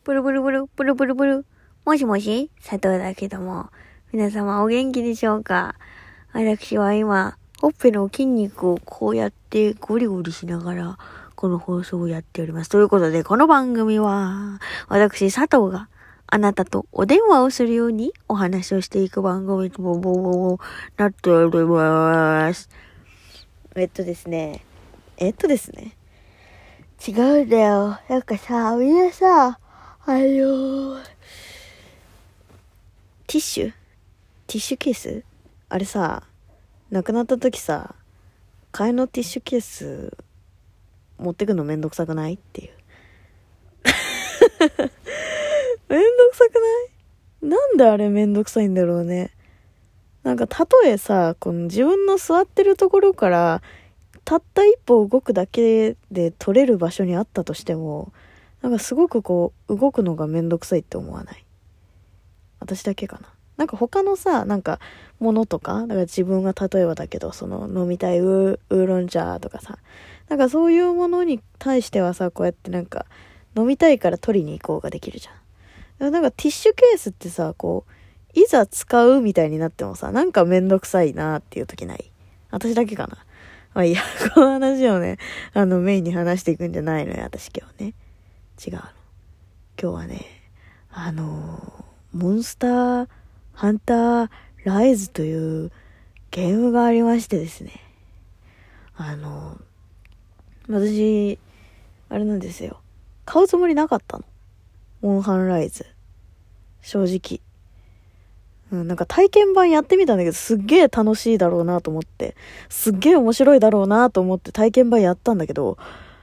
ブルブルブル、ブルブルブル。もしもし佐藤だけども、皆様お元気でしょうか？私は今、ほっぺの筋肉をこうやってゴリゴリしながら、この放送をやっております。ということで、この番組は、私佐藤があなたとお電話をするようにお話をしていく番組となっております。ですね。違うんだよ。なんかさ、みんなさ、ティッシュケースあれさ、亡くなった時さ、替えのティッシュケース持ってくのめんどくさくないっていう。めんどくさくない？なんであれめんどくさいんだろうね。なんかたとえさ、この自分の座ってるところからたった一歩動くだけで取れる場所にあったとしても、なんかすごくこう動くのがめんどくさいって思わない？私だけかな。なんか他のさ、なんかものとか、だから自分が例えばだけど、その飲みたいウーロン茶とかさ、なんかそういうものに対してはさ、こうやってなんか飲みたいから取りに行こうができるじゃん。なんかティッシュケースってさ、こういざ使うみたいになってもさ、なんかめんどくさいなっていう時ない？私だけかな。まあいいや、この話をね、メインに話していくんじゃないのよ、私今日ね。違うの。今日はね、モンスターハンターライズというゲームがありましてですね。私、あれなんですよ。買うつもりなかったの。モンハンライズ。正直。なんか体験版やってみたんだけど、すっげえ楽しいだろうなと思って、すっげえ面白いだろうなと思って体験版やったんだけど、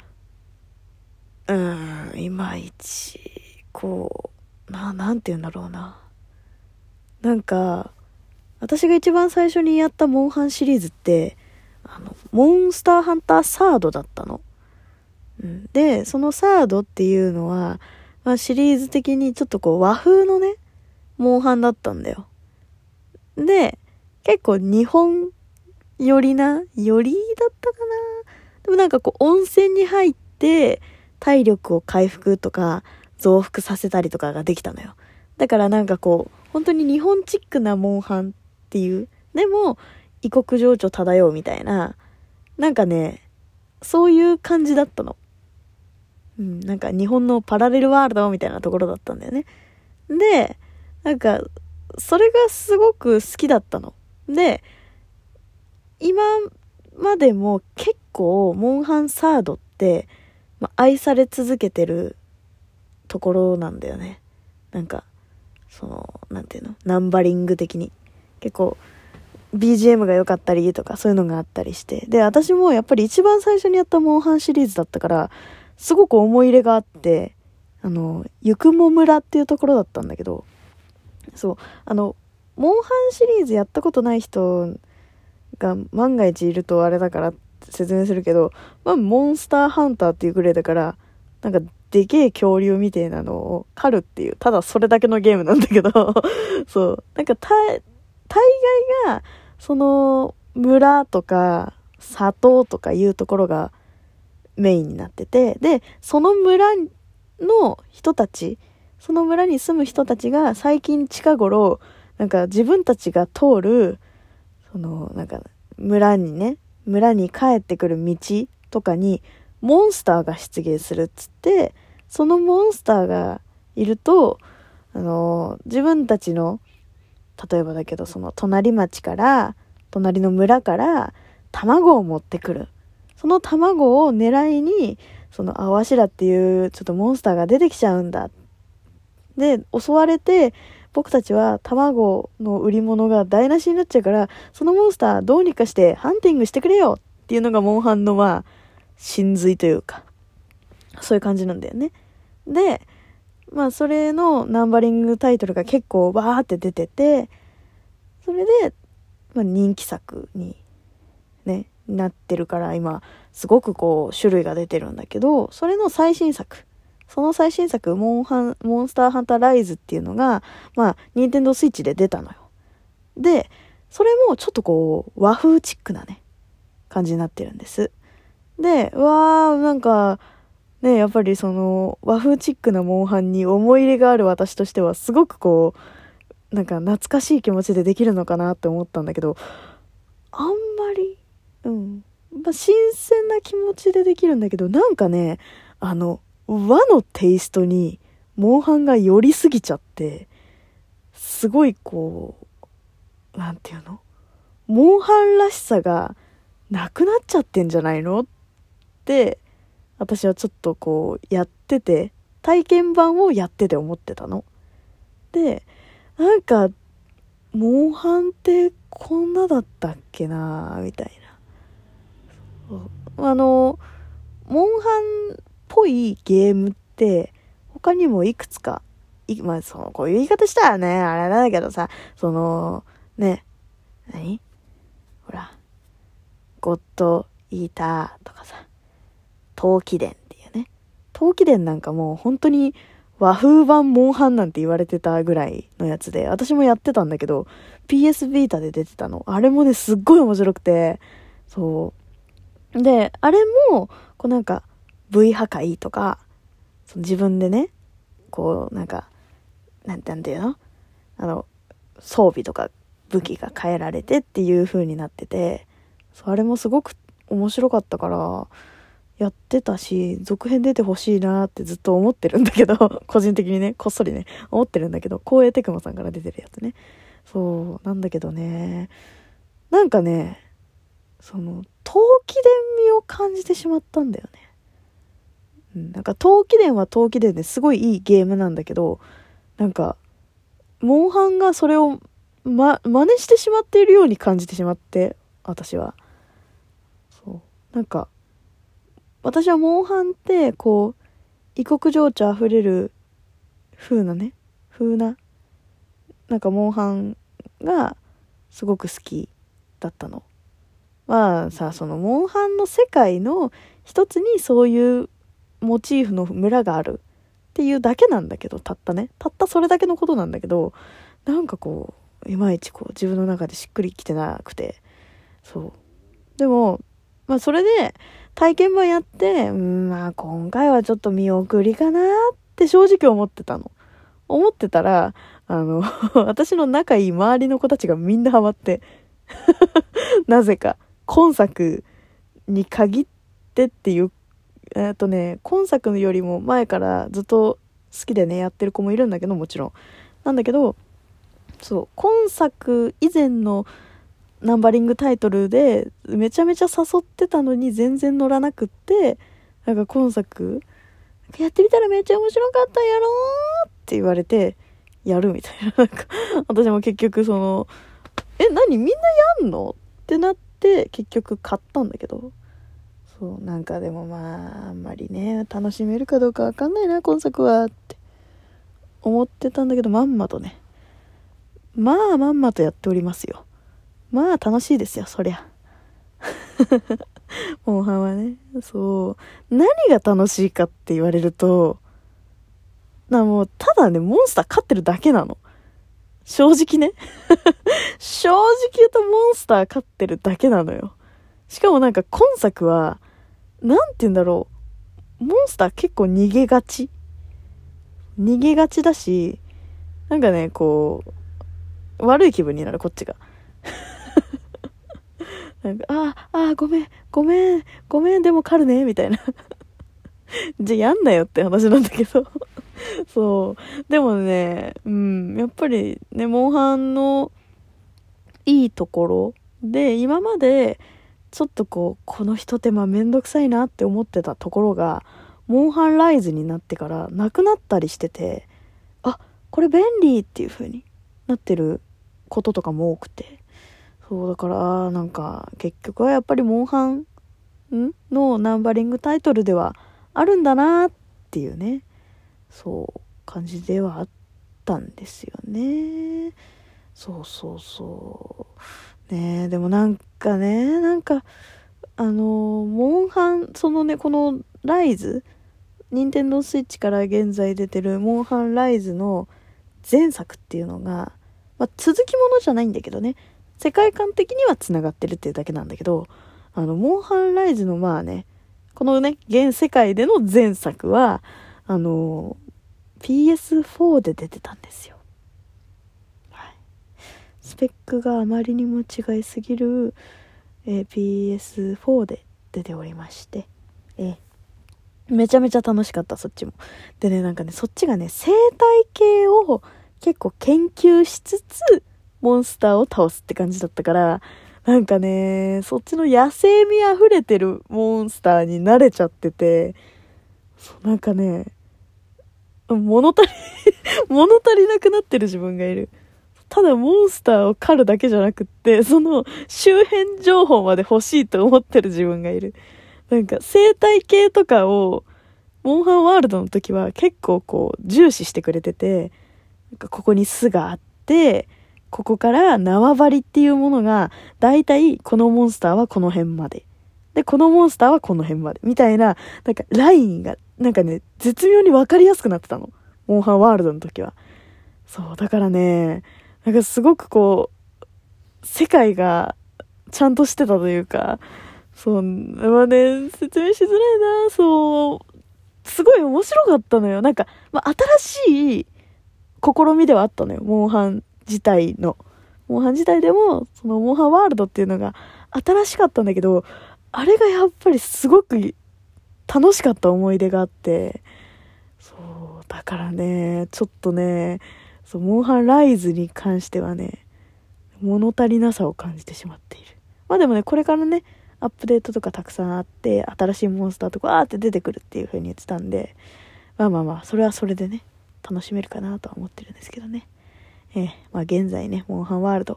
いまいち、こう、なんて言うんだろうな。なんか、私が一番最初にやったモンハンシリーズって、モンスターハンターサードだったの。で、そのサードっていうのは、まあ、シリーズ的にちょっとこう和風のね、モンハンだったんだよ。で、結構日本寄りだったかな。でもなんかこう温泉に入って体力を回復とか増幅させたりとかができたのよ。だからなんかこう、本当に日本チックなモンハンっていう、でも異国情緒漂うみたいな、なんかね、そういう感じだったの。なんか日本のパラレルワールドみたいなところだったんだよね。で、なんか、それがすごく好きだったの。で、今までも結構、モンハンサードって、愛され続けてるところなんだよね。なんか、なんていうの？ナンバリング的に。結構、BGM が良かったりとか、そういうのがあったりして。で、私もやっぱり一番最初にやったモンハンシリーズだったから、すごく思い入れがあって、ゆくも村っていうところだったんだけど、そう、モンハンシリーズやったことない人が万が一いるとあれだから説明するけど、モンスターハンターっていうぐらいだから、なんかでけえ恐竜みたいなのを狩るっていう、ただそれだけのゲームなんだけど、そう、なんか大概が、その村とか里とかいうところがメインになってて、で、その村の人たち、その村に住む人たちが最近近頃、なんか自分たちが通る、なんか村に帰ってくる道とかにモンスターが出現するっつって、そのモンスターがいると、自分たちの、例えばだけどその隣の村から卵を持ってくる。その卵を狙いに、そのアワシラっていうちょっとモンスターが出てきちゃうんだ。で、襲われて、僕たちは卵の売り物が台無しになっちゃうから、そのモンスターどうにかしてハンティングしてくれよっていうのがモンハンの真髄というか、そういう感じなんだよね。で、それのナンバリングタイトルが結構バーって出てて、それで、人気作にね、なってるから今すごくこう種類が出てるんだけど、その最新作モンスターハンターライズっていうのが任天堂スイッチで出たのよ。で、それもちょっとこう和風チックなね感じになってるんです。で、なんかね、やっぱりその和風チックなモンハンに思い入れがある私としてはすごくこうなんか懐かしい気持ちでできるのかなって思ったんだけど、あんまり新鮮な気持ちでできるんだけど、なんかね和のテイストにモンハンが寄りすぎちゃって、すごいこうなんていうの、モンハンらしさがなくなっちゃってんじゃないのって私はちょっとこうやってて、体験版をやってて思ってたので、なんかモンハンってこんなだったっけなみたいな。モンハンっぽいゲームって他にもいくつかまあこういう言い方したらねあれなんだけどさ、そのね、ほらゴッドイーターとかさ、陶器伝っていうね、陶器伝なんかもう本当に和風版モンハンなんて言われてたぐらいのやつで、私もやってたんだけど PS ビータで出てたの、あれもねすっごい面白くて、そうであれもこうなんか V 破壊とか、その自分でねこうなんかなんていうの、装備とか武器が変えられてっていう風になってて、あれもすごく面白かったからやってたし、続編出てほしいなってずっと思ってるんだけど個人的にねこっそりね思ってるんだけど、光栄テクモさんから出てるやつね、そうなんだけどね、なんかねその陶器伝味を感じてしまったんだよね。なんか陶器伝は陶器伝ですごいいいゲームなんだけど、なんかモンハンがそれを真似してしまっているように感じてしまって、私はなんか私はモンハンってこう異国情緒あふれる風ななんかモンハンがすごく好きだったの。まあさ、そのモンハンの世界の一つにそういうモチーフの村があるっていうだけなんだけど、たったそれだけのことなんだけど、なんかこういまいちこう自分の中でしっくりきてなくて、でもまあそれで体験版やって、まあ今回はちょっと見送りかなって正直思ってたら私の仲いい周りの子たちがみんなハマってなぜか今作に限ってっていう、今作よりも前からずっと好きでねやってる子もいるんだけど、もちろんなんだけど、今作以前のナンバリングタイトルでめちゃめちゃ誘ってたのに全然乗らなくって、なんか今作やってみたらめっちゃ面白かったやろって言われてやるみたいな、なんか私も結局何みんなやんのってなって結局買ったんだけど、なんかでもまああんまりね楽しめるかどうかわかんないな今作はって思ってたんだけど、まんまとやっておりますよ。まあ楽しいですよそりゃモンハンはね。何が楽しいかって言われると、もうただねモンスター飼ってるだけなの、正直ね正直言うとモンスター飼ってるだけなのよ。しかもなんか今作はなんて言うんだろう、モンスター結構逃げがちだし、なんかねこう悪い気分になるこっちがなんかごめんでも狩るねみたいなじゃあやんなよって話なんだけどでもねやっぱりねモンハンのいいところで、今までちょっとこの一手間めんどくさいなって思ってたところがモンハンライズになってからなくなったりしてて、これ便利っていう風になってることとかも多くて、だからなんか結局はやっぱりモンハンのナンバリングタイトルではあるんだなっていうね、感じではあったんですよね。ね、でもなんかモンハンこのライズ、任天堂スイッチから現在出てるモンハンライズの前作っていうのが、続きものじゃないんだけどね、世界観的にはつながってるっていうだけなんだけど、モンハンライズのこのね、現世界での前作は、PS4 で出てたんですよ。はい。スペックがあまりにも違いすぎる、PS4 で出ておりまして、めちゃめちゃ楽しかった、そっちも。でね、なんかね、そっちがね、生態系を結構研究しつつ、モンスターを倒すって感じだったから、なんかね、そっちの野生味あふれてるモンスターに慣れちゃってて、なんかね、物足りなくなってる自分がいる。ただモンスターを狩るだけじゃなくって、その周辺情報まで欲しいと思ってる自分がいる。なんか生態系とかを、モンハンワールドの時は結構こう重視してくれてて、なんかここに巣があって、ここから縄張りっていうものが、だいたいこのモンスターはこの辺まで。で、このモンスターはこの辺まで。みたいな、なんかラインが、なんかね、絶妙に分かりやすくなってたの。モンハンワールドの時は。そう、だからね、なんかすごくこう、世界がちゃんとしてたというか、そう、まあね、説明しづらいな、そう、すごい面白かったのよ。なんか、まあ、新しい試みではあったのよ。モンハン自体でも、そのモンハンワールドっていうのが新しかったんだけど、あれがやっぱりすごく楽しかった思い出があって、そう、だからね、ちょっとね、そう、モンハンライズに関してはね、物足りなさを感じてしまっている。まあでもね、これからね、アップデートとかたくさんあって、新しいモンスターとかって出てくるっていう風に言ってたんで、まあ、それはそれでね、楽しめるかなとは思ってるんですけどね。まあ現在ね、モンスタ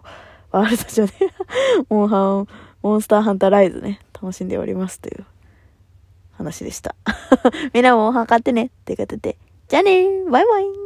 ーハンターライズね、楽しんでおりますという話でした。みんなもモンハン買ってねっていうことで、じゃあねー、バイバイ。